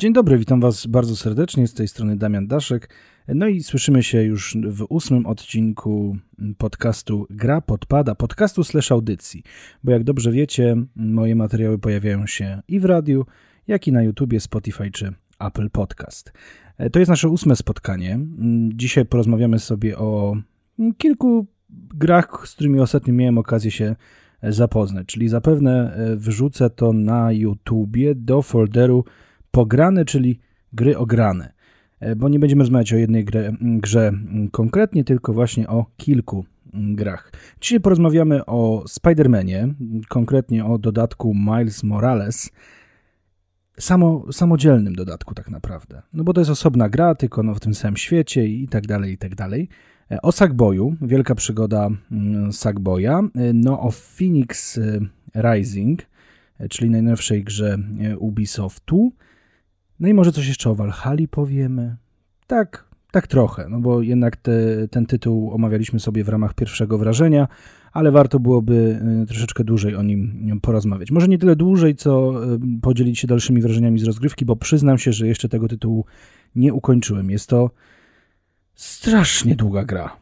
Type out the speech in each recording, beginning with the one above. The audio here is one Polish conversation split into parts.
Dzień dobry, witam Was bardzo serdecznie, z tej strony Damian Daszek. No i słyszymy się już w 8. odcinku podcastu Gra Podpada, podcastu / audycji. Bo jak dobrze wiecie, moje materiały pojawiają się i w radiu, jak i na YouTubie, Spotify czy Apple Podcast. To jest nasze 8. spotkanie. Dzisiaj porozmawiamy sobie o kilku grach, z którymi ostatnio miałem okazję się zapoznać. Czyli zapewne wrzucę to na YouTubie do folderu pograne, czyli gry ograne. Bo nie będziemy rozmawiać o jednej grze konkretnie, tylko właśnie o kilku grach. Dzisiaj porozmawiamy o Spider-Manie, konkretnie o dodatku Miles Morales, samodzielnym dodatku tak naprawdę. No bo to jest osobna gra, tylko w tym samym świecie i tak dalej, i tak dalej. O Sackboyu, wielka przygoda Sackboya, no o Phoenix Rising, czyli najnowszej grze Ubisoftu. No i może coś jeszcze o Valhalli powiemy. Tak trochę, no bo jednak ten tytuł omawialiśmy sobie w ramach pierwszego wrażenia, ale warto byłoby troszeczkę dłużej o nim porozmawiać. Może nie tyle dłużej, co podzielić się dalszymi wrażeniami z rozgrywki, bo przyznam się, że jeszcze tego tytułu nie ukończyłem. Jest to strasznie długa gra.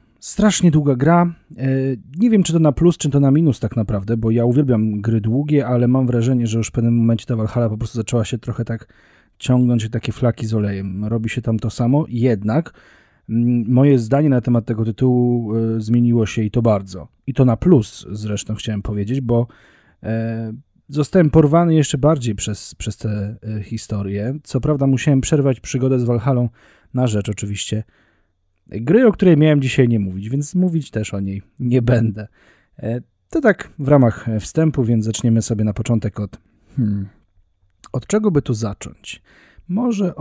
Nie wiem, czy to na plus, czy to na minus tak naprawdę, bo ja uwielbiam gry długie, ale mam wrażenie, że już w pewnym momencie ta Valhalla po prostu zaczęła się trochę tak ciągnąć takie flaki z olejem. Robi się tam to samo, jednak moje zdanie na temat tego tytułu zmieniło się i to bardzo. I to na plus zresztą chciałem powiedzieć, bo zostałem porwany jeszcze bardziej przez tę historię. Co prawda musiałem przerwać przygodę z Valhallą na rzecz oczywiście gry, o której miałem dzisiaj nie mówić, więc mówić też o niej nie będę. To tak w ramach wstępu, więc zaczniemy sobie na początek od czego by tu zacząć? Może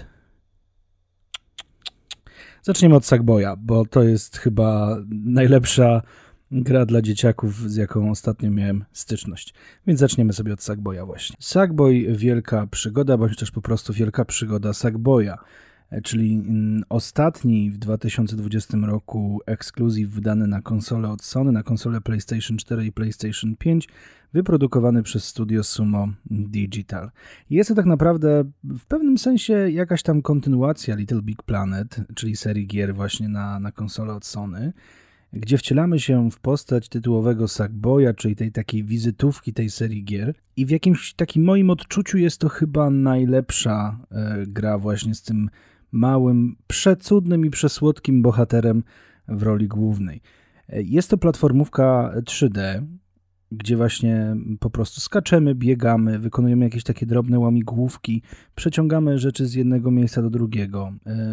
zaczniemy od Sackboya, bo to jest chyba najlepsza gra dla dzieciaków, z jaką ostatnio miałem styczność. Więc zaczniemy sobie od Sackboya właśnie. Sackboy Wielka Przygoda, bądź też po prostu Wielka Przygoda Sackboya, czyli ostatni w 2020 roku ekskluzyw wydany na konsolę od Sony, na konsolę PlayStation 4 i PlayStation 5, wyprodukowany przez studio Sumo Digital. Jest to tak naprawdę w pewnym sensie jakaś tam kontynuacja Little Big Planet, czyli serii gier właśnie na konsolę od Sony, gdzie wcielamy się w postać tytułowego Sackboya, czyli tej takiej wizytówki tej serii gier. I w jakimś takim moim odczuciu jest to chyba najlepsza gra właśnie z tym małym, przecudnym i przesłodkim bohaterem w roli głównej. Jest to platformówka 3D, gdzie właśnie po prostu skaczemy, biegamy, wykonujemy jakieś takie drobne łamigłówki, przeciągamy rzeczy z jednego miejsca do drugiego,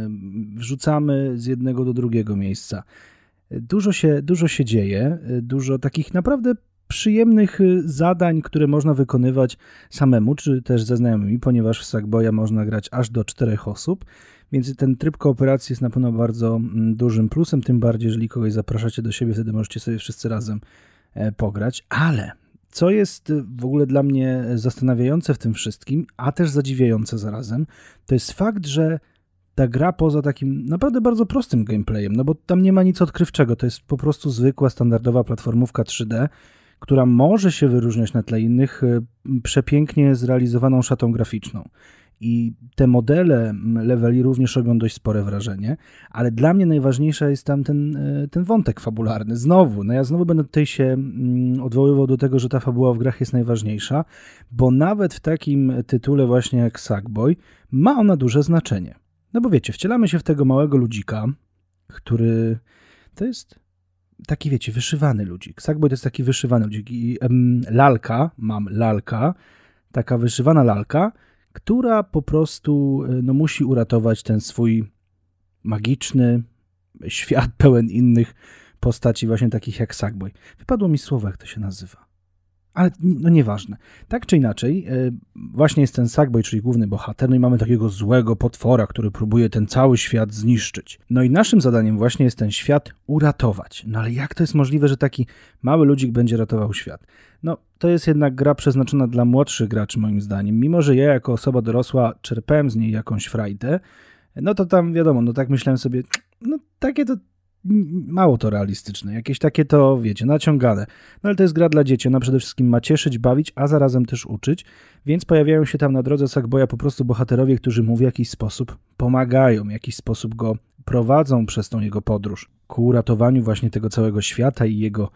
wrzucamy z jednego do drugiego miejsca. Dużo się dzieje, dużo takich naprawdę przyjemnych zadań, które można wykonywać samemu, czy też ze znajomymi, ponieważ w Sackboya można grać aż do 4 osób, więc ten tryb kooperacji jest na pewno bardzo dużym plusem, tym bardziej, jeżeli kogoś zapraszacie do siebie, wtedy możecie sobie wszyscy razem pograć, ale co jest w ogóle dla mnie zastanawiające w tym wszystkim, a też zadziwiające zarazem, to jest fakt, że ta gra poza takim naprawdę bardzo prostym gameplayem, no bo tam nie ma nic odkrywczego, to jest po prostu zwykła, standardowa platformówka 3D, która może się wyróżniać na tle innych przepięknie zrealizowaną szatą graficzną. I te modele leveli również robią dość spore wrażenie, ale dla mnie najważniejsza jest tam ten wątek fabularny. Ja znowu będę tutaj się odwoływał do tego, że ta fabuła w grach jest najważniejsza, bo nawet w takim tytule właśnie jak Sackboy ma ona duże znaczenie. No bo wiecie, wcielamy się w tego małego ludzika, który to jest taki, wiecie, wyszywany ludzik. Sackboy to jest taki wyszywany ludzik i lalka, taka wyszywana lalka, która po prostu musi uratować ten swój magiczny świat pełen innych postaci właśnie takich jak Sackboy. Wypadło mi słowo, jak to się nazywa. Ale no nieważne. Tak czy inaczej, właśnie jest ten Sackboy, czyli główny bohater, no i mamy takiego złego potwora, który próbuje ten cały świat zniszczyć. No i naszym zadaniem właśnie jest ten świat uratować. No ale jak to jest możliwe, że taki mały ludzik będzie ratował świat? No to jest jednak gra przeznaczona dla młodszych graczy moim zdaniem. Mimo że ja jako osoba dorosła czerpałem z niej jakąś frajdę, no to tam wiadomo, no tak myślałem sobie, no takie to mało to realistyczne, jakieś takie to, wiecie, naciągane. No ale to jest gra dla dzieci, ona przede wszystkim ma cieszyć, bawić, a zarazem też uczyć, więc pojawiają się tam na drodze Sackboya po prostu bohaterowie, którzy mu w jakiś sposób pomagają, w jakiś sposób go prowadzą przez tą jego podróż ku uratowaniu właśnie tego całego świata i jego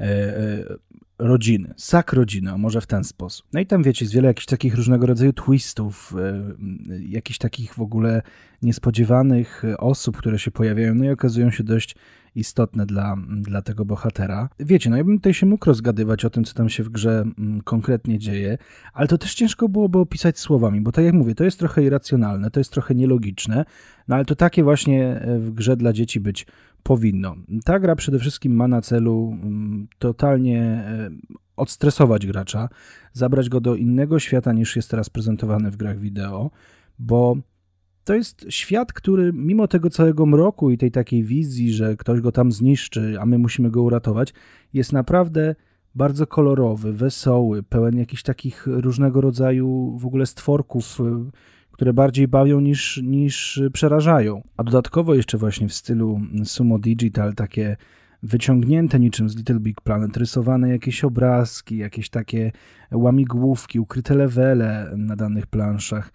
rodziny, rodziny, a może w ten sposób. No i tam wiecie, jest wiele jakichś takich różnego rodzaju twistów, jakichś takich w ogóle niespodziewanych osób, które się pojawiają, no i okazują się dość istotne dla tego bohatera. Wiecie, no ja bym tutaj się mógł rozgadywać o tym, co tam się w grze konkretnie dzieje, ale to też ciężko byłoby opisać słowami, bo tak jak mówię, to jest trochę irracjonalne, to jest trochę nielogiczne, no ale to takie właśnie w grze dla dzieci być powinno. Ta gra przede wszystkim ma na celu totalnie odstresować gracza, zabrać go do innego świata niż jest teraz prezentowany w grach wideo, bo to jest świat, który mimo tego całego mroku i tej takiej wizji, że ktoś go tam zniszczy, a my musimy go uratować, jest naprawdę bardzo kolorowy, wesoły, pełen jakichś takich różnego rodzaju w ogóle stworków, które bardziej bawią niż przerażają. A dodatkowo jeszcze właśnie w stylu Sumo Digital takie wyciągnięte niczym z Little Big Planet, rysowane jakieś obrazki, jakieś takie łamigłówki, ukryte levele na danych planszach.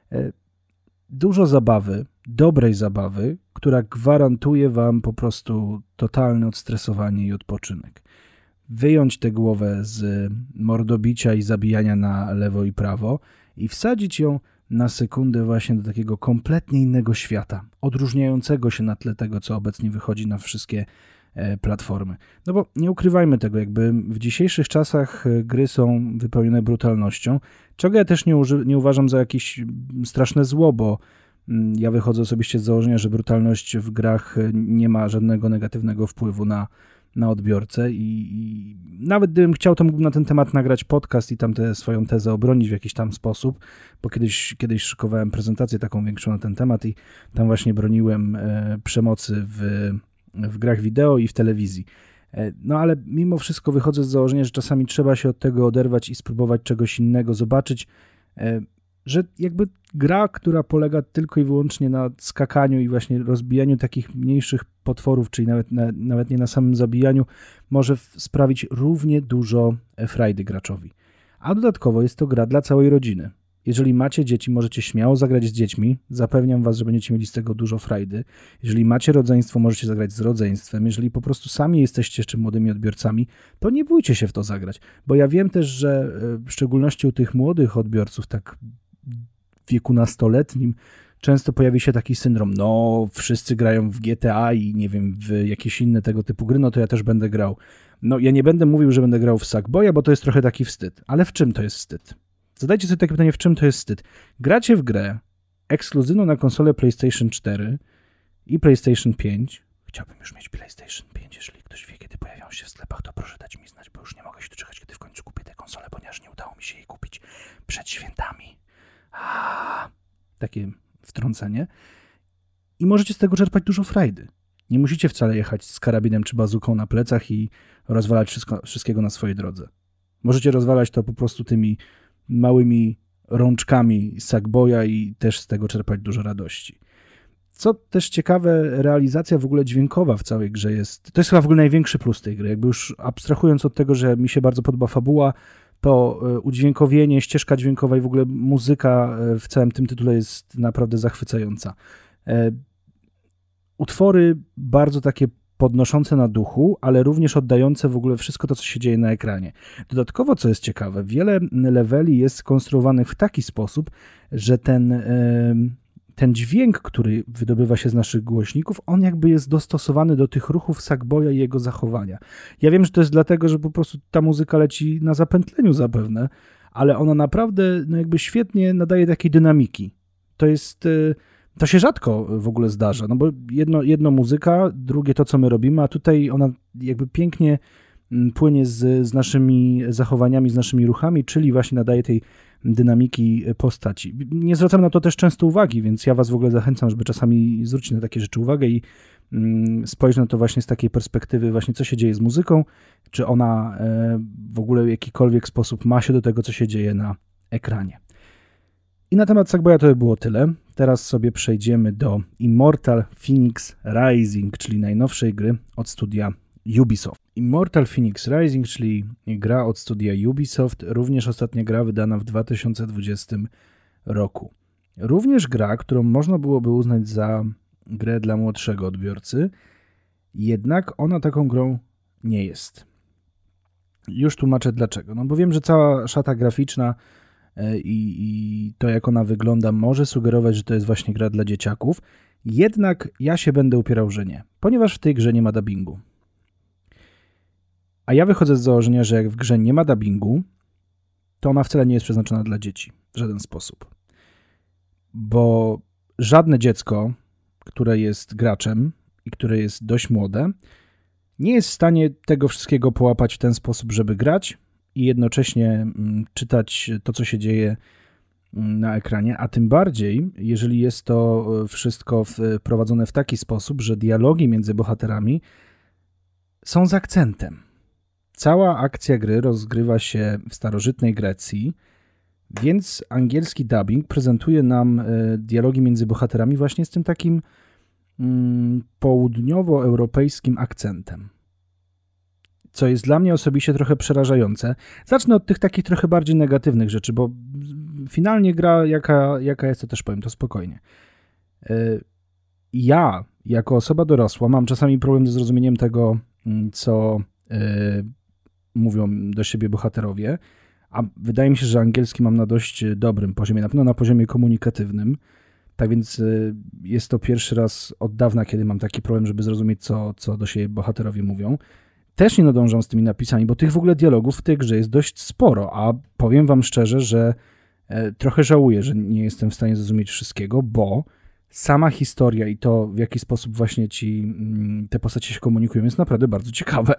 Dużo zabawy, dobrej zabawy, która gwarantuje wam po prostu totalne odstresowanie i odpoczynek. Wyjąć tę głowę z mordobicia i zabijania na lewo i prawo i wsadzić ją na sekundę właśnie do takiego kompletnie innego świata, odróżniającego się na tle tego, co obecnie wychodzi na wszystkie platformy. No bo nie ukrywajmy tego, jakby w dzisiejszych czasach gry są wypełnione brutalnością, czego ja też nie uważam za jakieś straszne zło, bo ja wychodzę osobiście z założenia, że brutalność w grach nie ma żadnego negatywnego wpływu na odbiorcę i nawet gdybym chciał, to mógłbym na ten temat nagrać podcast i tam tę swoją tezę obronić w jakiś tam sposób, bo kiedyś szykowałem prezentację taką większą na ten temat i tam właśnie broniłem przemocy w grach wideo i w telewizji. No ale mimo wszystko wychodzę z założenia, że czasami trzeba się od tego oderwać i spróbować czegoś innego, zobaczyć, że jakby gra, która polega tylko i wyłącznie na skakaniu i właśnie rozbijaniu takich mniejszych potworów, czyli nawet nie na samym zabijaniu, może sprawić równie dużo frajdy graczowi. A dodatkowo jest to gra dla całej rodziny. Jeżeli macie dzieci, możecie śmiało zagrać z dziećmi. Zapewniam was, że będziecie mieli z tego dużo frajdy. Jeżeli macie rodzeństwo, możecie zagrać z rodzeństwem. Jeżeli po prostu sami jesteście jeszcze młodymi odbiorcami, to nie bójcie się w to zagrać. Bo ja wiem też, że w szczególności u tych młodych odbiorców, tak w wieku nastoletnim, często pojawi się taki syndrom, no wszyscy grają w GTA i nie wiem, w jakieś inne tego typu gry, no to ja też będę grał. No ja nie będę mówił, że będę grał w Sackboya, bo to jest trochę taki wstyd. Ale w czym to jest wstyd? Zadajcie sobie takie pytanie, w czym to jest wstyd. Gracie w grę ekskluzywną na konsolę PlayStation 4 i PlayStation 5. Chciałbym już mieć PlayStation 5, jeżeli ktoś wie, kiedy pojawią się w sklepach, to proszę dać mi znać, bo już nie mogę się doczekać, kiedy w końcu kupię tę konsolę, ponieważ nie udało mi się jej kupić przed świętami. Takie wtrącenie. I możecie z tego czerpać dużo frajdy. Nie musicie wcale jechać z karabinem czy bazuką na plecach i rozwalać wszystkiego na swojej drodze. Możecie rozwalać to po prostu tymi małymi rączkami Sackboya i też z tego czerpać dużo radości. Co też ciekawe, realizacja w ogóle dźwiękowa w całej grze jest... To jest chyba w ogóle największy plus tej gry. Jakby już abstrahując od tego, że mi się bardzo podoba fabuła, to udźwiękowienie, ścieżka dźwiękowa i w ogóle muzyka w całym tym tytule jest naprawdę zachwycająca. Utwory bardzo takie podnoszące na duchu, ale również oddające w ogóle wszystko to, co się dzieje na ekranie. Dodatkowo, co jest ciekawe, wiele leveli jest skonstruowanych w taki sposób, że ten dźwięk, który wydobywa się z naszych głośników, on jakby jest dostosowany do tych ruchów Sackboya i jego zachowania. Ja wiem, że to jest dlatego, że po prostu ta muzyka leci na zapętleniu zapewne, ale ona naprawdę jakby świetnie nadaje takiej dynamiki. To się rzadko w ogóle zdarza, no bo jedno muzyka, drugie to, co my robimy, a tutaj ona jakby pięknie płynie z naszymi zachowaniami, z naszymi ruchami, czyli właśnie nadaje tej dynamiki postaci. Nie zwracam na to też często uwagi, więc ja was w ogóle zachęcam, żeby czasami zwrócić na takie rzeczy uwagę i spojrzeć na to właśnie z takiej perspektywy właśnie, co się dzieje z muzyką, czy ona w ogóle w jakikolwiek sposób ma się do tego, co się dzieje na ekranie. I na temat Sackboya to by było tyle. teraz sobie przejdziemy do Immortal Phoenix Rising, czyli najnowszej gry od studia Ubisoft. Immortal Phoenix Rising, czyli gra od studia Ubisoft, również ostatnia gra wydana w 2020 roku. Również gra, którą można byłoby uznać za grę dla młodszego odbiorcy, jednak ona taką grą nie jest. Już tłumaczę dlaczego. No bo wiem, że cała szata graficzna i to, jak ona wygląda, może sugerować, że to jest właśnie gra dla dzieciaków, jednak ja się będę upierał, że nie, ponieważ w tej grze nie ma dubbingu. A ja wychodzę z założenia, że jak w grze nie ma dubbingu, to ona wcale nie jest przeznaczona dla dzieci w żaden sposób. Bo żadne dziecko, które jest graczem i które jest dość młode, nie jest w stanie tego wszystkiego połapać w ten sposób, żeby grać i jednocześnie czytać to, co się dzieje na ekranie, a tym bardziej, jeżeli jest to wszystko wprowadzone w taki sposób, że dialogi między bohaterami są z akcentem. Cała akcja gry rozgrywa się w starożytnej Grecji, więc angielski dubbing prezentuje nam dialogi między bohaterami właśnie z tym takim południowoeuropejskim akcentem. Co jest dla mnie osobiście trochę przerażające. Zacznę od tych takich trochę bardziej negatywnych rzeczy, bo finalnie gra jaka jest, to też powiem, to spokojnie. Ja, jako osoba dorosła, mam czasami problem ze zrozumieniem tego, co mówią do siebie bohaterowie, a wydaje mi się, że angielski mam na dość dobrym poziomie, na pewno na poziomie komunikatywnym. Tak więc jest to pierwszy raz od dawna, kiedy mam taki problem, żeby zrozumieć, co do siebie bohaterowie mówią. Też nie nadążam z tymi napisami, bo tych w ogóle dialogów w tej grze jest dość sporo, a powiem wam szczerze, że trochę żałuję, że nie jestem w stanie zrozumieć wszystkiego, bo sama historia i to, w jaki sposób właśnie te postacie się komunikują, jest naprawdę bardzo ciekawe.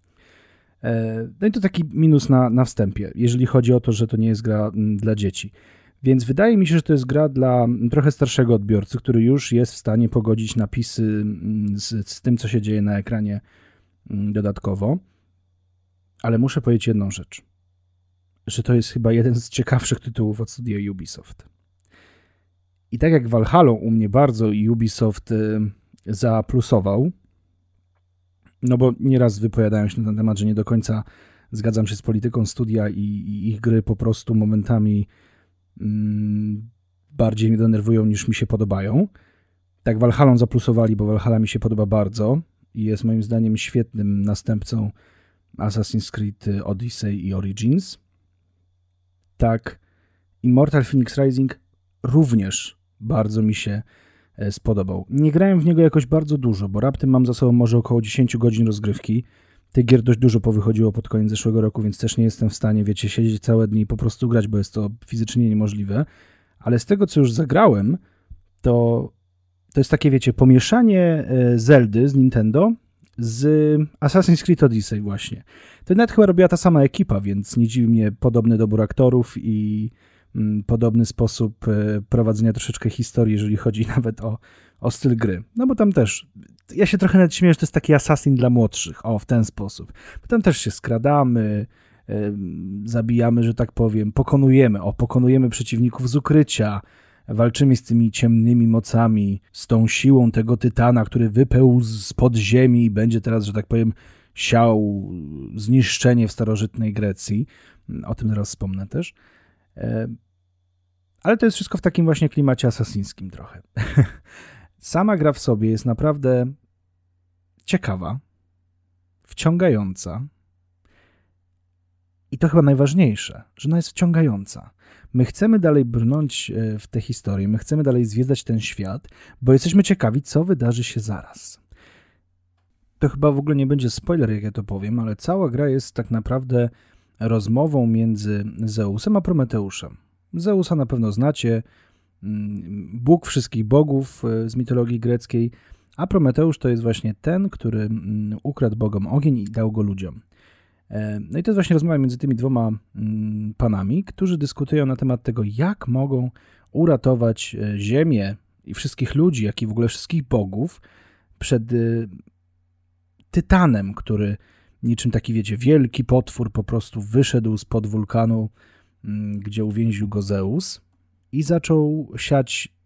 No i to taki minus na wstępie, jeżeli chodzi o to, że to nie jest gra dla dzieci. Więc wydaje mi się, że to jest gra dla trochę starszego odbiorcy, który już jest w stanie pogodzić napisy z tym, co się dzieje na ekranie dodatkowo. Ale muszę powiedzieć jedną rzecz, że to jest chyba jeden z ciekawszych tytułów od studia Ubisoft. I tak jak Valhalla u mnie bardzo Ubisoft zaplusował, no bo nieraz wypowiadałem się na ten temat, że nie do końca zgadzam się z polityką studia i ich gry po prostu momentami bardziej mnie denerwują niż mi się podobają. Tak Valhallą zaplusowali, bo Valhalla mi się podoba bardzo i jest moim zdaniem świetnym następcą Assassin's Creed Odyssey i Origins. Tak Immortal Phoenix Rising również bardzo mi się spodobał. Nie grałem w niego jakoś bardzo dużo, bo raptem mam za sobą może około 10 godzin rozgrywki. Tych gier dość dużo powychodziło pod koniec zeszłego roku, więc też nie jestem w stanie, wiecie, siedzieć całe dni i po prostu grać, bo jest to fizycznie niemożliwe. Ale z tego, co już zagrałem, to jest takie, wiecie, pomieszanie Zeldy z Nintendo z Assassin's Creed Odyssey właśnie. To nawet chyba robiła ta sama ekipa, więc nie dziwi mnie podobny dobór aktorów i podobny sposób prowadzenia troszeczkę historii, jeżeli chodzi nawet o styl gry. No bo tam też, ja się trochę nawet śmieję, że to jest taki Assassin dla młodszych, w ten sposób. Bo tam też się skradamy, zabijamy, że tak powiem, pokonujemy przeciwników z ukrycia, walczymy z tymi ciemnymi mocami, z tą siłą tego tytana, który wypełzł spod ziemi i będzie teraz, że tak powiem, siał zniszczenie w starożytnej Grecji. O tym zaraz wspomnę też. Ale to jest wszystko w takim właśnie klimacie asasyńskim trochę. Sama gra w sobie jest naprawdę ciekawa, wciągająca i to chyba najważniejsze, że ona jest wciągająca. My chcemy dalej brnąć w tę historię, my chcemy dalej zwiedzać ten świat, bo jesteśmy ciekawi, co wydarzy się zaraz. To chyba w ogóle nie będzie spoiler, jak ja to powiem, ale cała gra jest tak naprawdę rozmową między Zeusem a Prometeuszem. Zeusa na pewno znacie, Bóg wszystkich bogów z mitologii greckiej, a Prometeusz to jest właśnie ten, który ukradł bogom ogień i dał go ludziom. No i to jest właśnie rozmowa między tymi dwoma panami, którzy dyskutują na temat tego, jak mogą uratować Ziemię i wszystkich ludzi, jak i w ogóle wszystkich bogów przed Tytanem, który niczym taki, wiecie, wielki potwór po prostu wyszedł spod wulkanu, gdzie uwięził go Zeus i zaczął siać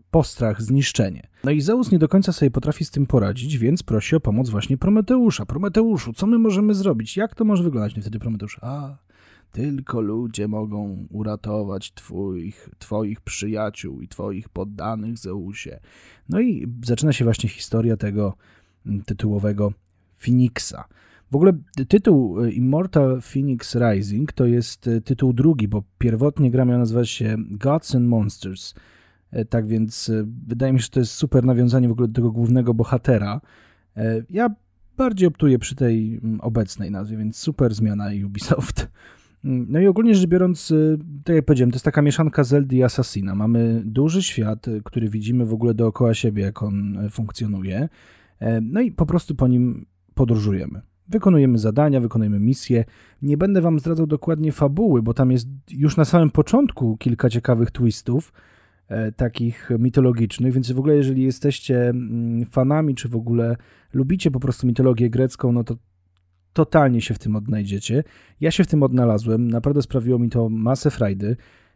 postrach, zniszczenie. No i Zeus nie do końca sobie potrafi z tym poradzić, więc prosi o pomoc właśnie Prometeusza. Prometeuszu, co my możemy zrobić? Jak to może wyglądać? No wtedy Prometeusz, tylko ludzie mogą uratować twoich przyjaciół i twoich poddanych, Zeusie. No i zaczyna się właśnie historia tego tytułowego Feniksa. W ogóle tytuł Immortal Phoenix Rising to jest tytuł drugi, bo pierwotnie gra miała nazywać się Gods and Monsters. Tak więc wydaje mi się, że to jest super nawiązanie w ogóle do tego głównego bohatera. Ja bardziej optuję przy tej obecnej nazwie, więc super zmiana Ubisoft. No i ogólnie rzecz biorąc, tak jak powiedziałem, to jest taka mieszanka Zeldy i Assassina. Mamy duży świat, który widzimy w ogóle dookoła siebie, jak on funkcjonuje. No i po prostu po nim podróżujemy. Wykonujemy zadania, wykonujemy misje. Nie będę wam zdradzał dokładnie fabuły, bo tam jest już na samym początku kilka ciekawych twistów, takich mitologicznych, więc w ogóle jeżeli jesteście fanami, czy w ogóle lubicie po prostu mitologię grecką, no to totalnie się w tym odnajdziecie. Ja się w tym odnalazłem, naprawdę sprawiło mi to masę frajdy.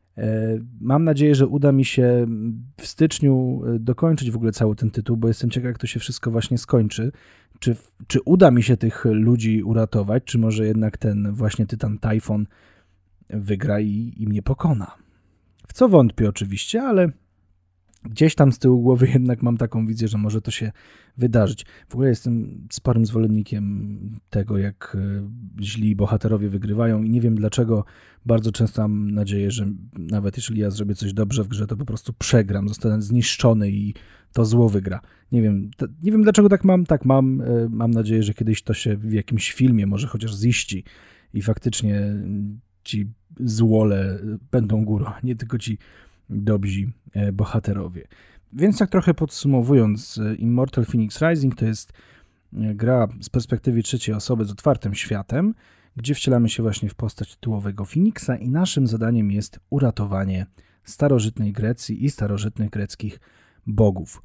Mam nadzieję, że uda mi się w styczniu dokończyć w ogóle cały ten tytuł, bo jestem ciekaw, jak to się wszystko właśnie skończy. Czy uda mi się tych ludzi uratować, czy może jednak ten właśnie Tytan Typhon wygra i mnie pokona. W co wątpię oczywiście, ale gdzieś tam z tyłu głowy jednak mam taką wizję, że może to się wydarzyć. W ogóle jestem sporym zwolennikiem tego, jak źli bohaterowie wygrywają i nie wiem dlaczego. Bardzo często mam nadzieję, że nawet jeśli ja zrobię coś dobrze w grze, to po prostu przegram, zostanę zniszczony i to zło wygra. Nie wiem dlaczego tak mam. Tak mam. Mam nadzieję, że kiedyś to się w jakimś filmie może chociaż ziści i faktycznie ci złole będą górą, nie tylko ci dobrzy bohaterowie. Więc tak trochę podsumowując, Immortal Phoenix Rising to jest gra z perspektywy trzeciej osoby z otwartym światem, gdzie wcielamy się właśnie w postać tytułowego Feniksa i naszym zadaniem jest uratowanie starożytnej Grecji i starożytnych greckich bogów.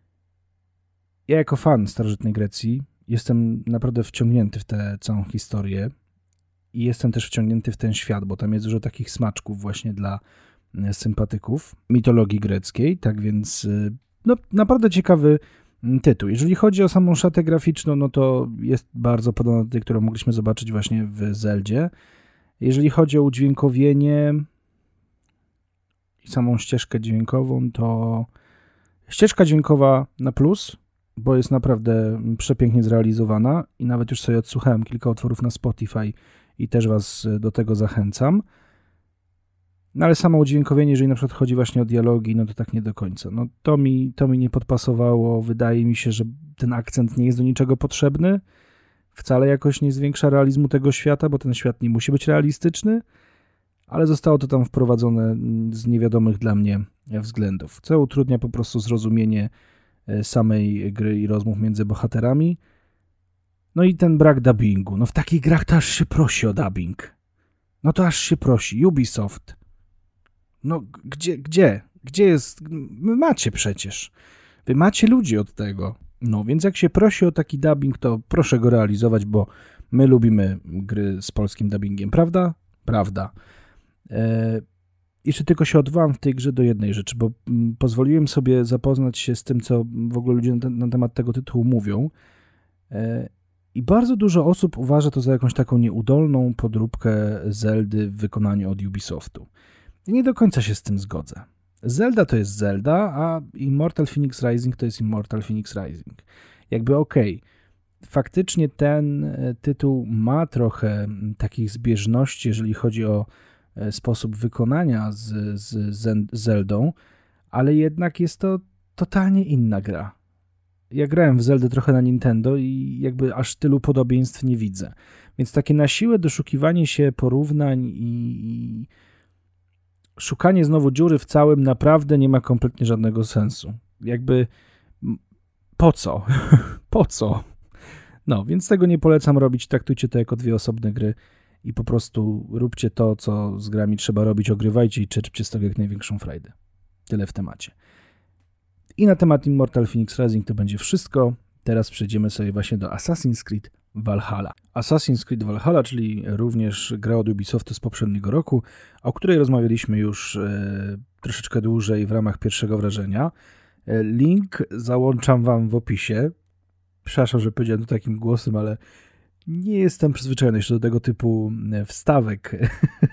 Ja jako fan starożytnej Grecji jestem naprawdę wciągnięty w tę całą historię i jestem też wciągnięty w ten świat, bo tam jest dużo takich smaczków właśnie dla sympatyków mitologii greckiej, tak więc no, naprawdę ciekawy tytuł. Jeżeli chodzi o samą szatę graficzną, no to jest bardzo podobna do tej, którą mogliśmy zobaczyć właśnie w Zeldzie. Jeżeli chodzi o udźwiękowienie i samą ścieżkę dźwiękową, to ścieżka dźwiękowa na plus, bo jest naprawdę przepięknie zrealizowana i nawet już sobie odsłuchałem kilka utworów na Spotify i też was do tego zachęcam. No ale samo udźwiękowienie, jeżeli na przykład chodzi właśnie o dialogi, no to tak nie do końca. No to mi nie podpasowało. Wydaje mi się, że ten akcent nie jest do niczego potrzebny. Wcale jakoś nie zwiększa realizmu tego świata, bo ten świat nie musi być realistyczny, ale zostało to tam wprowadzone z niewiadomych dla mnie względów, co utrudnia po prostu zrozumienie samej gry i rozmów między bohaterami. No i ten brak dubbingu. No w takich grach to aż się prosi o dubbing. No to aż się prosi. Ubisoft. No gdzie jest? Wy macie przecież. Wy macie ludzi od tego. No więc jak się prosi o taki dubbing, to proszę go realizować, bo my lubimy gry z polskim dubbingiem. Prawda? Prawda. Jeszcze tylko się odwołam w tej grze do jednej rzeczy, bo pozwoliłem sobie zapoznać się z tym, co w ogóle ludzie na temat tego tytułu mówią. I bardzo dużo osób uważa to za jakąś taką nieudolną podróbkę Zeldy w wykonaniu od Ubisoftu. I nie do końca się z tym zgodzę. Zelda to jest Zelda, a Immortal Phoenix Rising to jest Immortal Phoenix Rising. Jakby faktycznie ten tytuł ma trochę takich zbieżności, jeżeli chodzi o sposób wykonania z Zeldą, ale jednak jest to totalnie inna gra. Ja grałem w Zeldę trochę na Nintendo i jakby aż tylu podobieństw nie widzę. Więc takie na siłę doszukiwanie się porównań i szukanie znowu dziury w całym naprawdę nie ma kompletnie żadnego sensu. Jakby po co? Po co? No, więc tego nie polecam robić. Traktujcie to jako dwie osobne gry i po prostu róbcie to, co z grami trzeba robić, ogrywajcie i czerpcie z tego jak największą frajdę. Tyle w temacie. I na temat Immortal Phoenix Rising to będzie wszystko. Teraz przejdziemy sobie właśnie do Assassin's Creed Valhalla. Assassin's Creed Valhalla, czyli również gra od Ubisoftu z poprzedniego roku, o której rozmawialiśmy już troszeczkę dłużej w ramach pierwszego wrażenia. Link załączam wam w opisie. Przepraszam, że powiedziałem to takim głosem, ale nie jestem przyzwyczajony jeszcze do tego typu wstawek.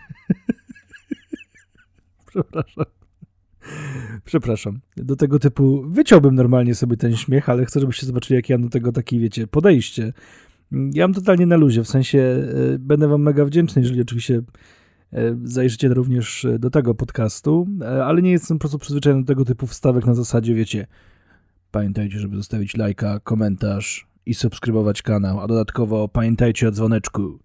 Przepraszam. Do tego typu wyciąłbym normalnie sobie ten śmiech, ale chcę, żebyście zobaczyli, jakie ja do tego takie, wiecie, podejście. Ja mam totalnie na luzie, w sensie będę wam mega wdzięczny, jeżeli oczywiście zajrzycie również do tego podcastu, ale nie jestem po prostu przyzwyczajony do tego typu wstawek na zasadzie, wiecie, pamiętajcie, żeby zostawić lajka, komentarz i subskrybować kanał, a dodatkowo pamiętajcie o dzwoneczku.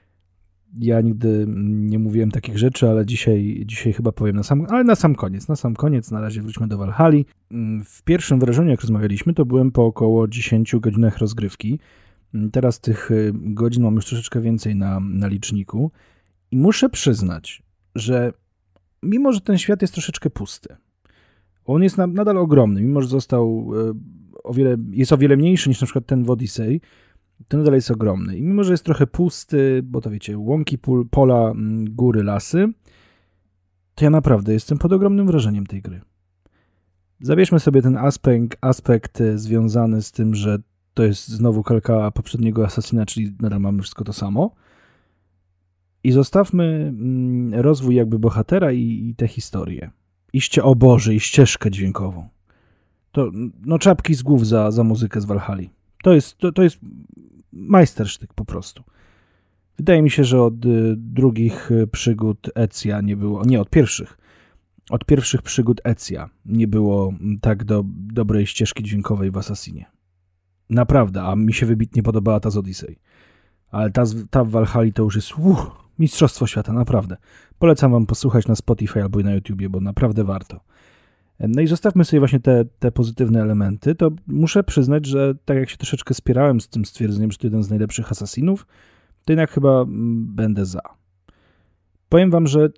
Ja nigdy nie mówiłem takich rzeczy, ale dzisiaj chyba powiem na sam koniec. Na razie wróćmy do Valhalli. W pierwszym wrażeniu, jak rozmawialiśmy, to byłem po około 10 godzinach rozgrywki. Teraz tych godzin mam już troszeczkę więcej na liczniku i muszę przyznać, że mimo, że ten świat jest troszeczkę pusty, on jest nadal ogromny, mimo, że jest o wiele mniejszy niż na przykład ten w Odyssey, to nadal jest ogromny. I mimo, że jest trochę pusty, bo to wiecie, łąki, pola, góry, lasy, to ja naprawdę jestem pod ogromnym wrażeniem tej gry. Zabierzmy sobie ten aspekt związany z tym, że to jest znowu kalka poprzedniego Assassina, czyli nadal mamy wszystko to samo. I zostawmy rozwój jakby bohatera i tę historię. O Boże, i ścieżkę dźwiękową. To, no czapki z głów za muzykę z Valhalli. To jest majstersztyk po prostu. Wydaje mi się, że od drugich przygód Ezia nie było, nie, od pierwszych przygód Ezia nie było tak dobrej ścieżki dźwiękowej w Assassinie. Naprawdę, a mi się wybitnie podobała ta z Odyssey. Ale ta w Valhalli to już jest mistrzostwo świata, naprawdę. Polecam wam posłuchać na Spotify albo na YouTubie, bo naprawdę warto. No i zostawmy sobie właśnie te pozytywne elementy, to muszę przyznać, że tak jak się troszeczkę spierałem z tym stwierdzeniem, że to jeden z najlepszych Assassinów, to jednak chyba będę za. Powiem wam, że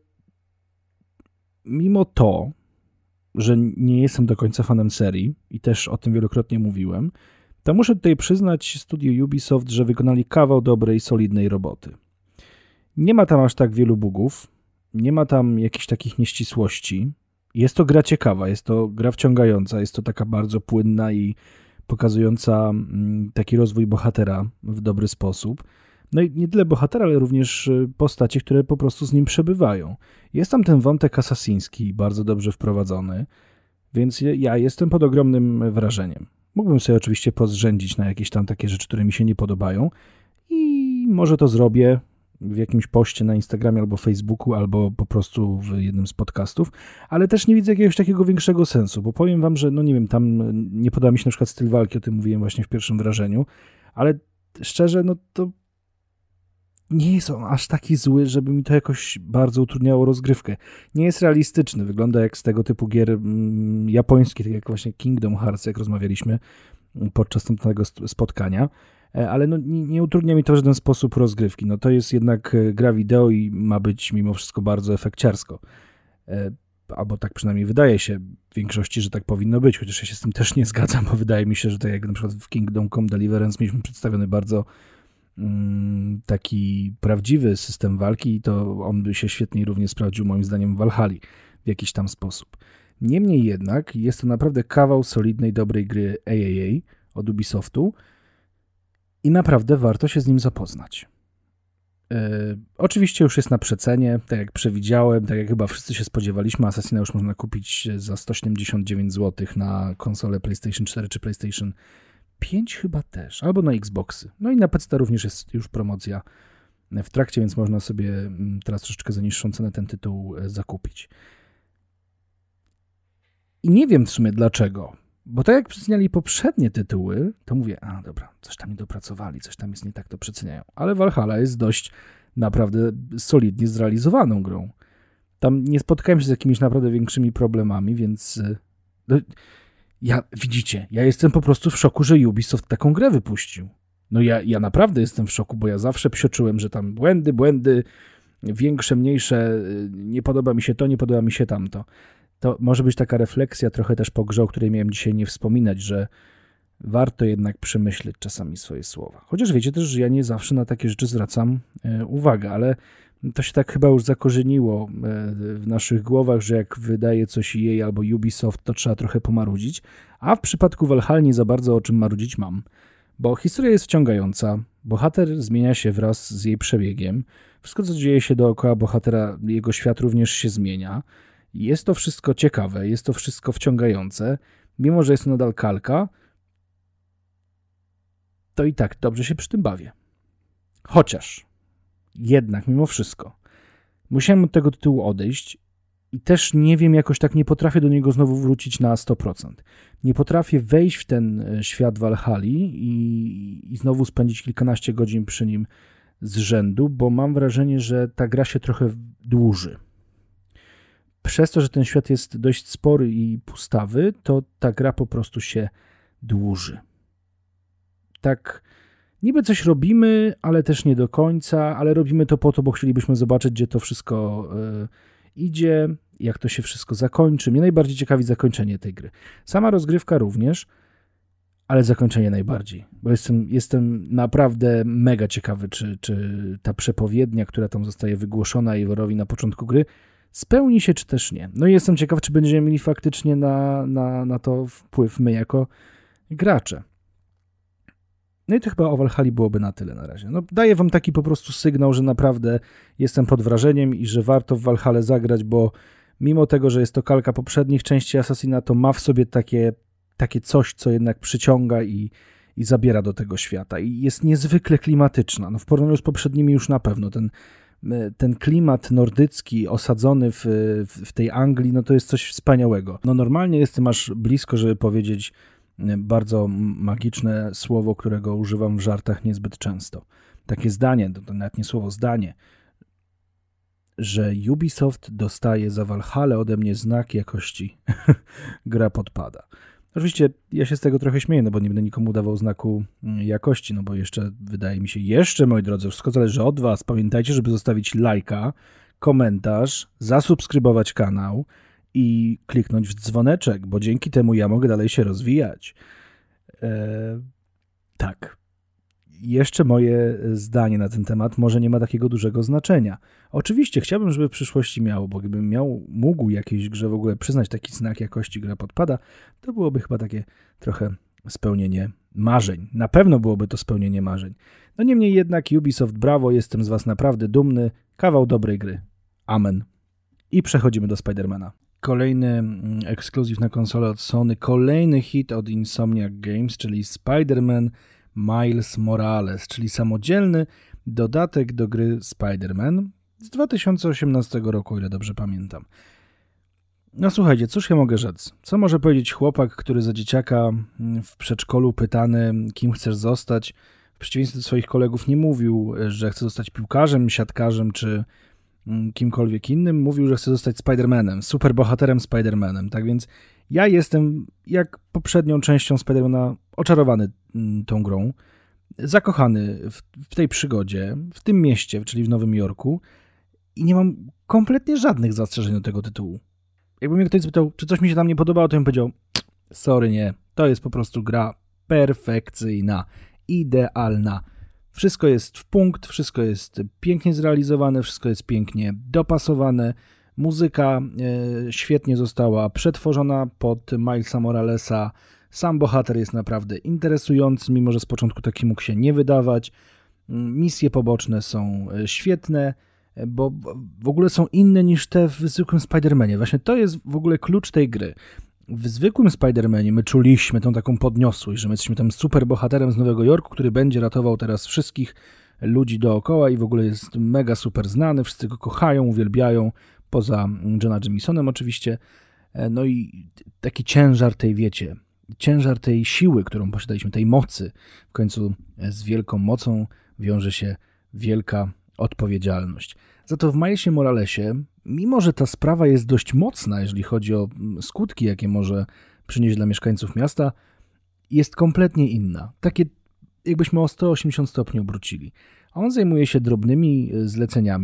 mimo to, że nie jestem do końca fanem serii i też o tym wielokrotnie mówiłem, to muszę tutaj przyznać studiu Ubisoft, że wykonali kawał dobrej, solidnej roboty. Nie ma tam aż tak wielu bugów, nie ma tam jakichś takich nieścisłości. Jest to gra ciekawa, jest to gra wciągająca, jest to taka bardzo płynna i pokazująca taki rozwój bohatera w dobry sposób. No i nie tyle bohatera, ale również postacie, które po prostu z nim przebywają. Jest tam ten wątek asasyński bardzo dobrze wprowadzony, więc ja jestem pod ogromnym wrażeniem. Mógłbym sobie oczywiście pozrzędzić na jakieś tam takie rzeczy, które mi się nie podobają i może to zrobię w jakimś poście na Instagramie albo Facebooku, albo po prostu w jednym z podcastów, ale też nie widzę jakiegoś takiego większego sensu, bo powiem wam, że no nie wiem, tam nie podoba mi się na przykład styl walki, o tym mówiłem właśnie w pierwszym wrażeniu, ale szczerze, no to nie jest on aż taki zły, żeby mi to jakoś bardzo utrudniało rozgrywkę. Nie jest realistyczny, wygląda jak z tego typu gier japońskich, tak jak właśnie Kingdom Hearts, jak rozmawialiśmy podczas tamtego spotkania, ale no nie utrudnia mi to w żaden sposób rozgrywki. No to jest jednak gra wideo i ma być mimo wszystko bardzo efekciarsko. Albo tak przynajmniej wydaje się w większości, że tak powinno być, chociaż ja się z tym też nie zgadzam, bo wydaje mi się, że tak jak na przykład w Kingdom Come Deliverance mieliśmy przedstawiony bardzo taki prawdziwy system walki i to on by się świetnie również sprawdził moim zdaniem w Valhalli w jakiś tam sposób. Niemniej jednak jest to naprawdę kawał solidnej, dobrej gry AAA od Ubisoftu i naprawdę warto się z nim zapoznać. Oczywiście już jest na przecenie, tak jak przewidziałem, tak jak chyba wszyscy się spodziewaliśmy, Assassina już można kupić za 179 zł na konsolę PlayStation 4 czy PlayStation 5 chyba też, albo na Xboxy. No i na PC również jest już promocja w trakcie, więc można sobie teraz troszeczkę za niższą cenę ten tytuł zakupić. I nie wiem w sumie dlaczego, bo tak jak przeceniali poprzednie tytuły, to mówię, dobra, coś tam nie dopracowali, coś tam jest nie tak, to przeceniają. Ale Valhalla jest dość naprawdę solidnie zrealizowaną grą. Tam nie spotkałem się z jakimiś naprawdę większymi problemami, więc widzicie, ja jestem po prostu w szoku, że Ubisoft taką grę wypuścił. No ja naprawdę jestem w szoku, bo ja zawsze psioczyłem, że tam błędy, większe, mniejsze, nie podoba mi się to, nie podoba mi się tamto. To może być taka refleksja trochę też po grze, o której miałem dzisiaj nie wspominać, że warto jednak przemyśleć czasami swoje słowa. Chociaż wiecie też, że ja nie zawsze na takie rzeczy zwracam uwagę, ale to się tak chyba już zakorzeniło w naszych głowach, że jak wydaje coś EA albo Ubisoft, to trzeba trochę pomarudzić, a w przypadku Valhalla nie za bardzo o czym marudzić mam, bo historia jest wciągająca, bohater zmienia się wraz z jej przebiegiem, wszystko co dzieje się dookoła bohatera, jego świat również się zmienia, jest to wszystko ciekawe, jest to wszystko wciągające, mimo że jest to nadal kalka, to i tak dobrze się przy tym bawię. Chociaż jednak, mimo wszystko, musiałem od tego tytułu odejść i też nie wiem, jakoś tak nie potrafię do niego znowu wrócić na 100%. Nie potrafię wejść w ten świat Valhalli i znowu spędzić kilkanaście godzin przy nim z rzędu, bo mam wrażenie, że ta gra się trochę dłuży. Przez to, że ten świat jest dość spory i pustawy, to ta gra po prostu się dłuży. Tak, niby coś robimy, ale też nie do końca, ale robimy to po to, bo chcielibyśmy zobaczyć, gdzie to wszystko idzie, jak to się wszystko zakończy. Mnie najbardziej ciekawi zakończenie tej gry. Sama rozgrywka również, ale zakończenie najbardziej, bo jestem naprawdę mega ciekawy, czy ta przepowiednia, która tam zostaje wygłoszona Eivorowi na początku gry, spełni się, czy też nie. No i jestem ciekaw, czy będziemy mieli faktycznie na to wpływ my jako gracze. No i to chyba o Valhalli byłoby na tyle na razie. No, daję wam taki po prostu sygnał, że naprawdę jestem pod wrażeniem i że warto w Valhallę zagrać, bo mimo tego, że jest to kalka poprzednich części Assassina, to ma w sobie takie coś, co jednak przyciąga i zabiera do tego świata. I jest niezwykle klimatyczna. No, w porównaniu z poprzednimi już na pewno. Ten klimat nordycki osadzony w tej Anglii, no to jest coś wspaniałego. No normalnie jestem aż blisko, żeby powiedzieć bardzo magiczne słowo, którego używam w żartach niezbyt często. Takie zdanie, to nawet nie słowo, zdanie, że Ubisoft dostaje za Valhallę ode mnie znak jakości gra podpada. Oczywiście ja się z tego trochę śmieję, no bo nie będę nikomu dawał znaku jakości, no bo jeszcze, wydaje mi się, moi drodzy, wszystko zależy od was. Pamiętajcie, żeby zostawić lajka, komentarz, zasubskrybować kanał i kliknąć w dzwoneczek, bo dzięki temu ja mogę dalej się rozwijać. Tak. Jeszcze moje zdanie na ten temat może nie ma takiego dużego znaczenia. Oczywiście chciałbym, żeby w przyszłości miało, bo gdybym mógł jakiejś grze w ogóle przyznać taki znak jakości gra podpada, to byłoby chyba takie trochę spełnienie marzeń. Na pewno byłoby to spełnienie marzeń. No niemniej jednak Ubisoft, brawo, jestem z was naprawdę dumny. Kawał dobrej gry. Amen. I przechodzimy do Spidermana. Kolejny ekskluzyw na konsolę od Sony, kolejny hit od Insomniac Games, czyli Spider-Man Miles Morales, czyli samodzielny dodatek do gry Spider-Man z 2018 roku, o ile dobrze pamiętam. No słuchajcie, cóż ja mogę rzec? Co może powiedzieć chłopak, który za dzieciaka w przedszkolu pytany, kim chcesz zostać, w przeciwieństwie do swoich kolegów nie mówił, że chce zostać piłkarzem, siatkarzem czy kimkolwiek innym, mówił, że chce zostać Spider-Manem, superbohaterem Spider-Manem. Tak więc ja jestem, jak poprzednią częścią Spider-Mana, oczarowany tą grą, zakochany w tej przygodzie, w tym mieście, czyli w Nowym Jorku i nie mam kompletnie żadnych zastrzeżeń do tego tytułu. Jakby mnie ktoś zapytał, czy coś mi się tam nie podobało, to bym powiedział, sorry, nie, to jest po prostu gra perfekcyjna, idealna. Wszystko jest w punkt, wszystko jest pięknie zrealizowane, wszystko jest pięknie dopasowane. Muzyka świetnie została przetworzona pod Milesa Moralesa. Sam bohater jest naprawdę interesujący, mimo że z początku taki mógł się nie wydawać. Misje poboczne są świetne, bo w ogóle są inne niż te w zwykłym Spider-Manie. Właśnie to jest w ogóle klucz tej gry. W zwykłym Spider-Manie my czuliśmy tą taką podniosłość, że my jesteśmy tam super bohaterem z Nowego Jorku, który będzie ratował teraz wszystkich ludzi dookoła i w ogóle jest mega super znany, wszyscy go kochają, uwielbiają, poza Johna Jamesonem oczywiście. No i taki ciężar tej, wiecie, ciężar tej siły, którą posiadaliśmy, tej mocy. W końcu z wielką mocą wiąże się wielka odpowiedzialność. Za to w Milesie Moralesie, mimo że ta sprawa jest dość mocna, jeżeli chodzi o skutki, jakie może przynieść dla mieszkańców miasta, jest kompletnie inna. Takie jakbyśmy o 180 stopni obrócili. On zajmuje się drobnymi zleceniami,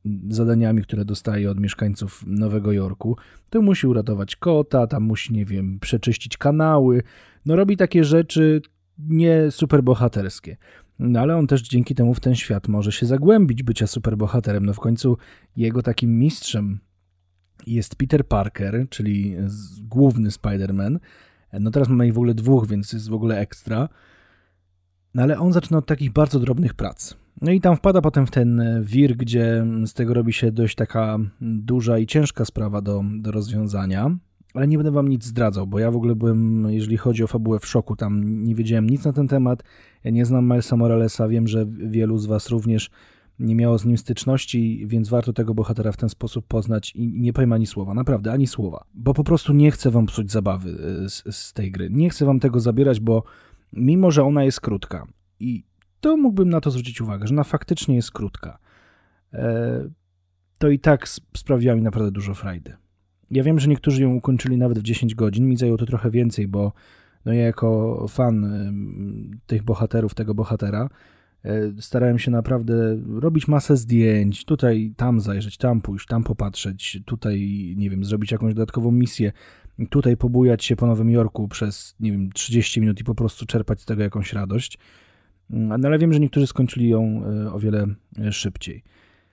zadaniami, które dostaje od mieszkańców Nowego Jorku. To musi uratować kota, tam musi, nie wiem, przeczyścić kanały. No robi takie rzeczy nie superbohaterskie. No ale on też dzięki temu w ten świat może się zagłębić bycia superbohaterem. No w końcu jego takim mistrzem jest Peter Parker, czyli główny Spider-Man. No teraz mamy ich w ogóle dwóch, więc jest w ogóle ekstra. No ale on zaczyna od takich bardzo drobnych prac. No i tam wpada potem w ten wir, gdzie z tego robi się dość taka duża i ciężka sprawa do rozwiązania. Ale nie będę wam nic zdradzał, bo ja w ogóle byłem, jeżeli chodzi o fabułę, w szoku. Tam nie wiedziałem nic na ten temat. Ja nie znam Milesa Moralesa, wiem, że wielu z was również nie miało z nim styczności, więc warto tego bohatera w ten sposób poznać i nie powiem ani słowa, naprawdę ani słowa. Bo po prostu nie chcę wam psuć zabawy z tej gry. Nie chcę wam tego zabierać, bo mimo, że ona jest krótka i to mógłbym na to zwrócić uwagę, że ona faktycznie jest krótka, to i tak sprawiła mi naprawdę dużo frajdy. Ja wiem, że niektórzy ją ukończyli nawet w 10 godzin, mi zajęło to trochę więcej, bo no ja jako fan tych bohaterów, tego bohatera, starałem się naprawdę robić masę zdjęć, tutaj, tam zajrzeć, tam pójść, tam popatrzeć, tutaj, nie wiem, zrobić jakąś dodatkową misję, tutaj pobujać się po Nowym Jorku przez, nie wiem, 30 minut i po prostu czerpać z tego jakąś radość. No ale wiem, że niektórzy skończyli ją o wiele szybciej.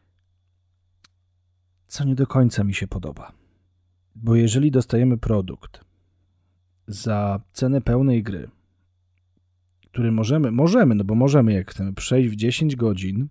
Co nie do końca mi się podoba. Bo jeżeli dostajemy produkt za cenę pełnej gry, który możemy jak chcemy przejść w 10 godzin,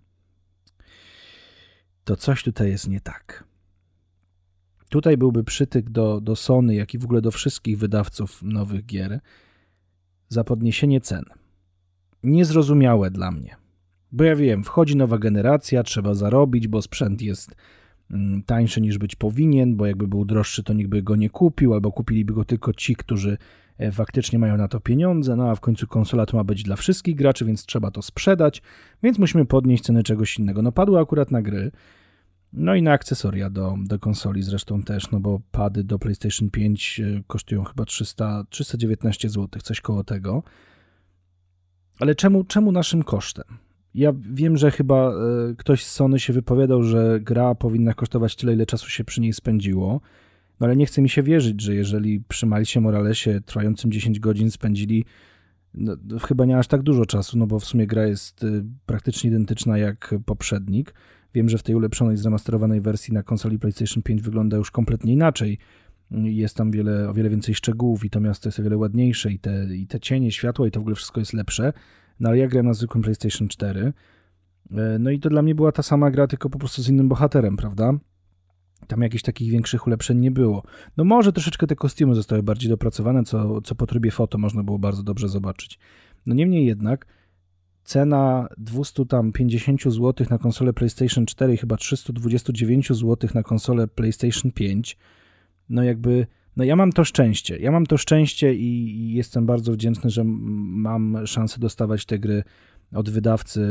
to coś tutaj jest nie tak. Tutaj byłby przytyk do Sony, jak i w ogóle do wszystkich wydawców nowych gier za podniesienie cen. Niezrozumiałe dla mnie. Bo ja wiem, wchodzi nowa generacja, trzeba zarobić, bo sprzęt jest tańszy niż być powinien, bo jakby był droższy, to nikt by go nie kupił, albo kupiliby go tylko ci, którzy faktycznie mają na to pieniądze, no a w końcu konsola to ma być dla wszystkich graczy, więc trzeba to sprzedać, więc musimy podnieść cenę czegoś innego. No padło akurat na gry, no i na akcesoria do konsoli zresztą też, no bo pady do PlayStation 5 kosztują chyba 319 zł, coś koło tego. Ale czemu naszym kosztem? Ja wiem, że chyba ktoś z Sony się wypowiadał, że gra powinna kosztować tyle, ile czasu się przy niej spędziło, no ale nie chce mi się wierzyć, że jeżeli przy Milesie Moralesie trwającym 10 godzin spędzili no, chyba nie aż tak dużo czasu, no bo w sumie gra jest praktycznie identyczna jak poprzednik. Wiem, że w tej ulepszonej, zremasterowanej wersji na konsoli PlayStation 5 wygląda już kompletnie inaczej. Jest tam o wiele więcej szczegółów i to miasto jest o wiele ładniejsze i te cienie, światła i to w ogóle wszystko jest lepsze. No ale ja grałem na zwykłym PlayStation 4. No i to dla mnie była ta sama gra, tylko po prostu z innym bohaterem, prawda? Tam jakichś takich większych ulepszeń nie było. No może troszeczkę te kostiumy zostały bardziej dopracowane, co po trybie foto można było bardzo dobrze zobaczyć. No niemniej jednak cena 250 zł na konsolę PlayStation 4 i chyba 329 zł na konsolę PlayStation 5, no jakby, no ja mam to szczęście i jestem bardzo wdzięczny, że mam szansę dostawać te gry od wydawcy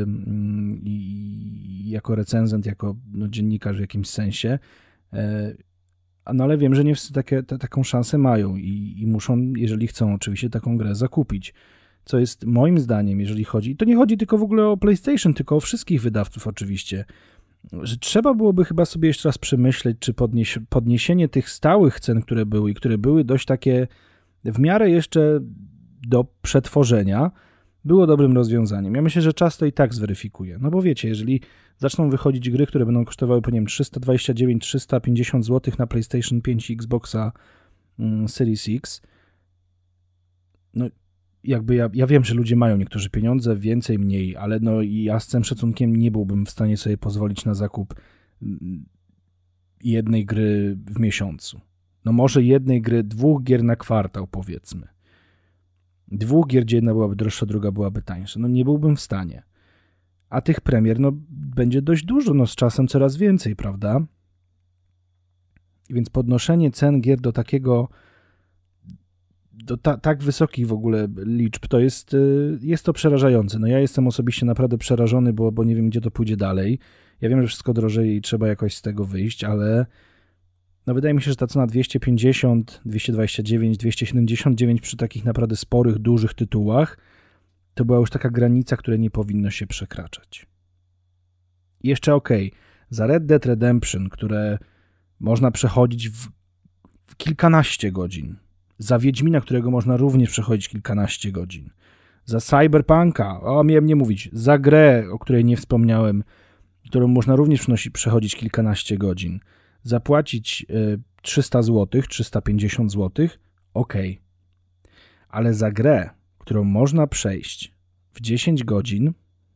i jako recenzent, jako dziennikarz w jakimś sensie, no ale wiem, że nie wszyscy taką szansę mają i muszą, jeżeli chcą oczywiście, taką grę zakupić. Co jest moim zdaniem, jeżeli chodzi, i to nie chodzi tylko w ogóle o PlayStation, tylko o wszystkich wydawców oczywiście, że trzeba byłoby chyba sobie jeszcze raz przemyśleć, czy podniesienie tych stałych cen, które były dość takie w miarę jeszcze do przetworzenia, było dobrym rozwiązaniem. Ja myślę, że czas to i tak zweryfikuje. No bo wiecie, jeżeli zaczną wychodzić gry, które będą kosztowały, po nie wiem, 329-350 zł na PlayStation 5 i Xboxa Series X, no jakby ja wiem, że ludzie mają niektórzy pieniądze, więcej, mniej, ale no i ja z całym szacunkiem nie byłbym w stanie sobie pozwolić na zakup jednej gry w miesiącu. No może jednej gry, 2 gier na kwartał powiedzmy. 2 gier, gdzie jedna byłaby droższa, druga byłaby tańsza. No nie byłbym w stanie. A tych premier, no będzie dość dużo, no z czasem coraz więcej, prawda? Więc podnoszenie cen gier do takiego tak wysokich w ogóle liczb, to jest to przerażające. No ja jestem osobiście naprawdę przerażony, bo nie wiem, gdzie to pójdzie dalej. Ja wiem, że wszystko drożeje i trzeba jakoś z tego wyjść, ale no wydaje mi się, że ta cena 250, 229, 279 przy takich naprawdę sporych, dużych tytułach to była już taka granica, której nie powinno się przekraczać. I jeszcze okej, za Red Dead Redemption, które można przechodzić w kilkanaście godzin, za Wiedźmina, którego można również przechodzić kilkanaście godzin, za Cyberpunka, miałem nie mówić, za grę, o której nie wspomniałem, którą można również przechodzić kilkanaście godzin, zapłacić 300 zł, 350 zł, okej. Ale za grę, którą można przejść w 10 godzin,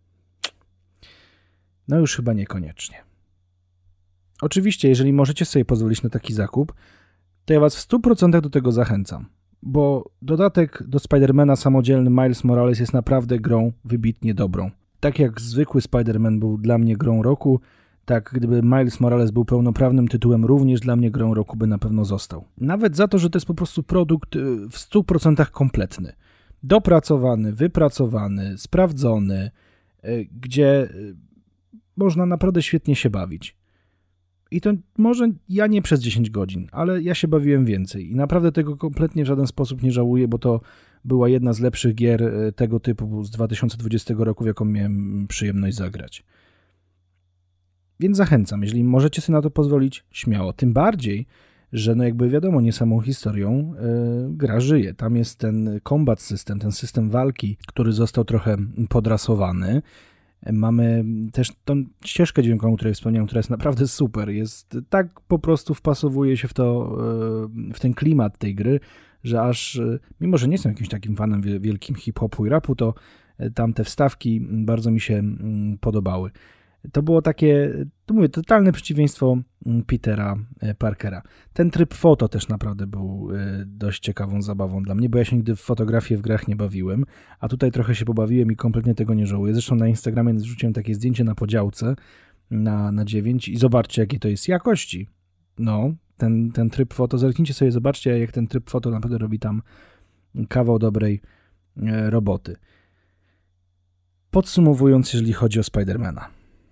no już chyba niekoniecznie. Oczywiście, jeżeli możecie sobie pozwolić na taki zakup, to ja was w 100% do tego zachęcam, bo dodatek do Spidermana samodzielny Miles Morales jest naprawdę grą wybitnie dobrą. Tak jak zwykły Spider-Man był dla mnie grą roku, tak gdyby Miles Morales był pełnoprawnym tytułem, również dla mnie grą roku by na pewno został. Nawet za to, że to jest po prostu produkt w 100% kompletny. Dopracowany, wypracowany, sprawdzony, gdzie można naprawdę świetnie się bawić. I to może ja nie przez 10 godzin, ale ja się bawiłem więcej. I naprawdę tego kompletnie w żaden sposób nie żałuję, bo to była jedna z lepszych gier tego typu z 2020 roku, w jaką miałem przyjemność zagrać. Więc zachęcam, jeżeli możecie sobie na to pozwolić, śmiało. Tym bardziej, że no jakby wiadomo, nie samą historią gra żyje. Tam jest ten combat system, ten system walki, który został trochę podrasowany. Mamy też tą ścieżkę dźwiękową, o której wspomniałem, która jest naprawdę super. Jest tak po prostu wpasowuje się w ten klimat tej gry, że aż, mimo że nie jestem jakimś takim fanem wielkim hip-hopu i rapu, to tamte wstawki bardzo mi się podobały. To było takie, to mówię, totalne przeciwieństwo Petera Parkera. Ten tryb foto też naprawdę był dość ciekawą zabawą dla mnie, bo ja się nigdy w fotografię w grach nie bawiłem, a tutaj trochę się pobawiłem i kompletnie tego nie żałuję. Zresztą na Instagramie zrzuciłem takie zdjęcie na podziałce na 9 i zobaczcie, jakie to jest jakości. No, ten tryb foto, zerknijcie sobie, zobaczcie, jak ten tryb foto naprawdę robi tam kawał dobrej roboty. Podsumowując, jeżeli chodzi o Spidermana.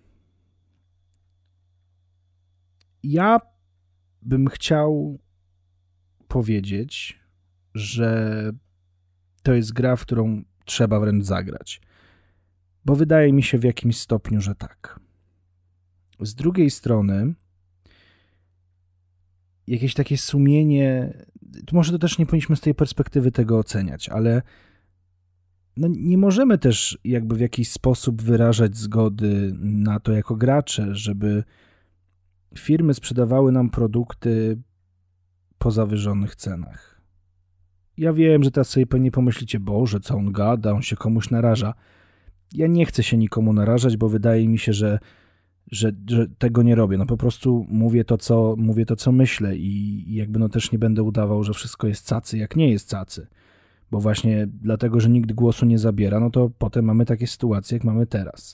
Ja bym chciał powiedzieć, że to jest gra, w którą trzeba wręcz zagrać. Bo wydaje mi się w jakimś stopniu, że tak. Z drugiej strony jakieś takie sumienie, może to też nie powinniśmy z tej perspektywy tego oceniać, ale no nie możemy też jakby w jakiś sposób wyrażać zgody na to jako gracze, żeby firmy sprzedawały nam produkty po zawyżonych cenach. Ja wiem, że teraz sobie pewnie pomyślicie, Boże, co on gada, on się komuś naraża. Ja nie chcę się nikomu narażać, bo wydaje mi się, że tego nie robię. No po prostu mówię to, co myślę i jakby no też nie będę udawał, że wszystko jest cacy, jak nie jest cacy. Bo właśnie dlatego, że nikt głosu nie zabiera, no to potem mamy takie sytuacje, jak mamy teraz.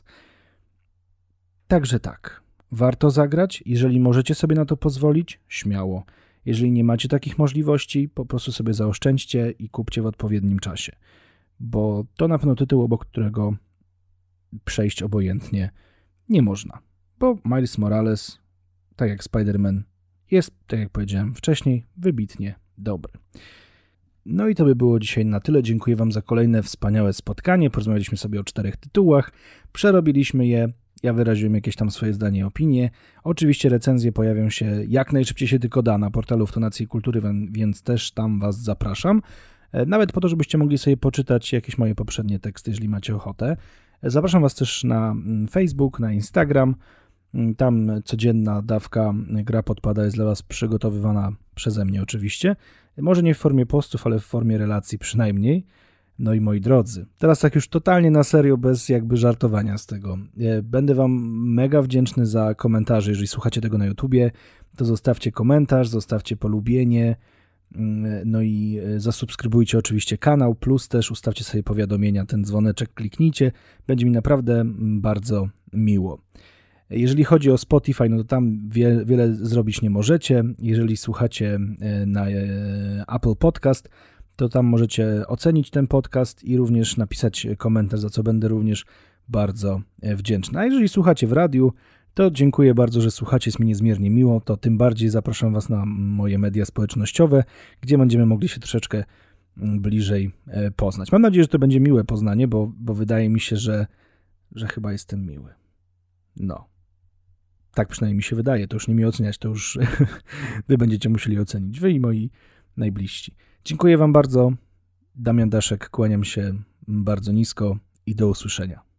Także tak. Warto zagrać, jeżeli możecie sobie na to pozwolić, śmiało. Jeżeli nie macie takich możliwości, po prostu sobie zaoszczędźcie i kupcie w odpowiednim czasie. Bo to na pewno tytuł, obok którego przejść obojętnie nie można. Bo Miles Morales, tak jak Spider-Man, jest, tak jak powiedziałem wcześniej, wybitnie dobry. No i to by było dzisiaj na tyle. Dziękuję Wam za kolejne wspaniałe spotkanie. Porozmawialiśmy sobie o 4 tytułach, przerobiliśmy je. Ja wyraziłem jakieś tam swoje zdanie i opinie. Oczywiście recenzje pojawią się jak najszybciej się tylko da na portalu Wtonacji Kultury, więc też tam Was zapraszam. Nawet po to, żebyście mogli sobie poczytać jakieś moje poprzednie teksty, jeżeli macie ochotę. Zapraszam Was też na Facebook, na Instagram. Tam codzienna dawka Gra Podpada jest dla Was przygotowywana przeze mnie oczywiście. Może nie w formie postów, ale w formie relacji przynajmniej. No i moi drodzy, teraz tak już totalnie na serio, bez jakby żartowania z tego. Będę Wam mega wdzięczny za komentarze. Jeżeli słuchacie tego na YouTubie, to zostawcie komentarz, zostawcie polubienie, no i zasubskrybujcie oczywiście kanał, plus też ustawcie sobie powiadomienia, ten dzwoneczek kliknijcie. Będzie mi naprawdę bardzo miło. Jeżeli chodzi o Spotify, no to tam wiele zrobić nie możecie. Jeżeli słuchacie na Apple Podcast, to tam możecie ocenić ten podcast i również napisać komentarz, za co będę również bardzo wdzięczny. A jeżeli słuchacie w radiu, to dziękuję bardzo, że słuchacie, jest mi niezmiernie miło, to tym bardziej zapraszam Was na moje media społecznościowe, gdzie będziemy mogli się troszeczkę bliżej poznać. Mam nadzieję, że to będzie miłe poznanie, bo wydaje mi się, że chyba jestem miły. No. Tak przynajmniej mi się wydaje. To już nie mi oceniać, to już wy będziecie musieli ocenić. Wy i moi najbliżsi. Dziękuję wam bardzo. Damian Daszek, kłaniam się bardzo nisko i do usłyszenia.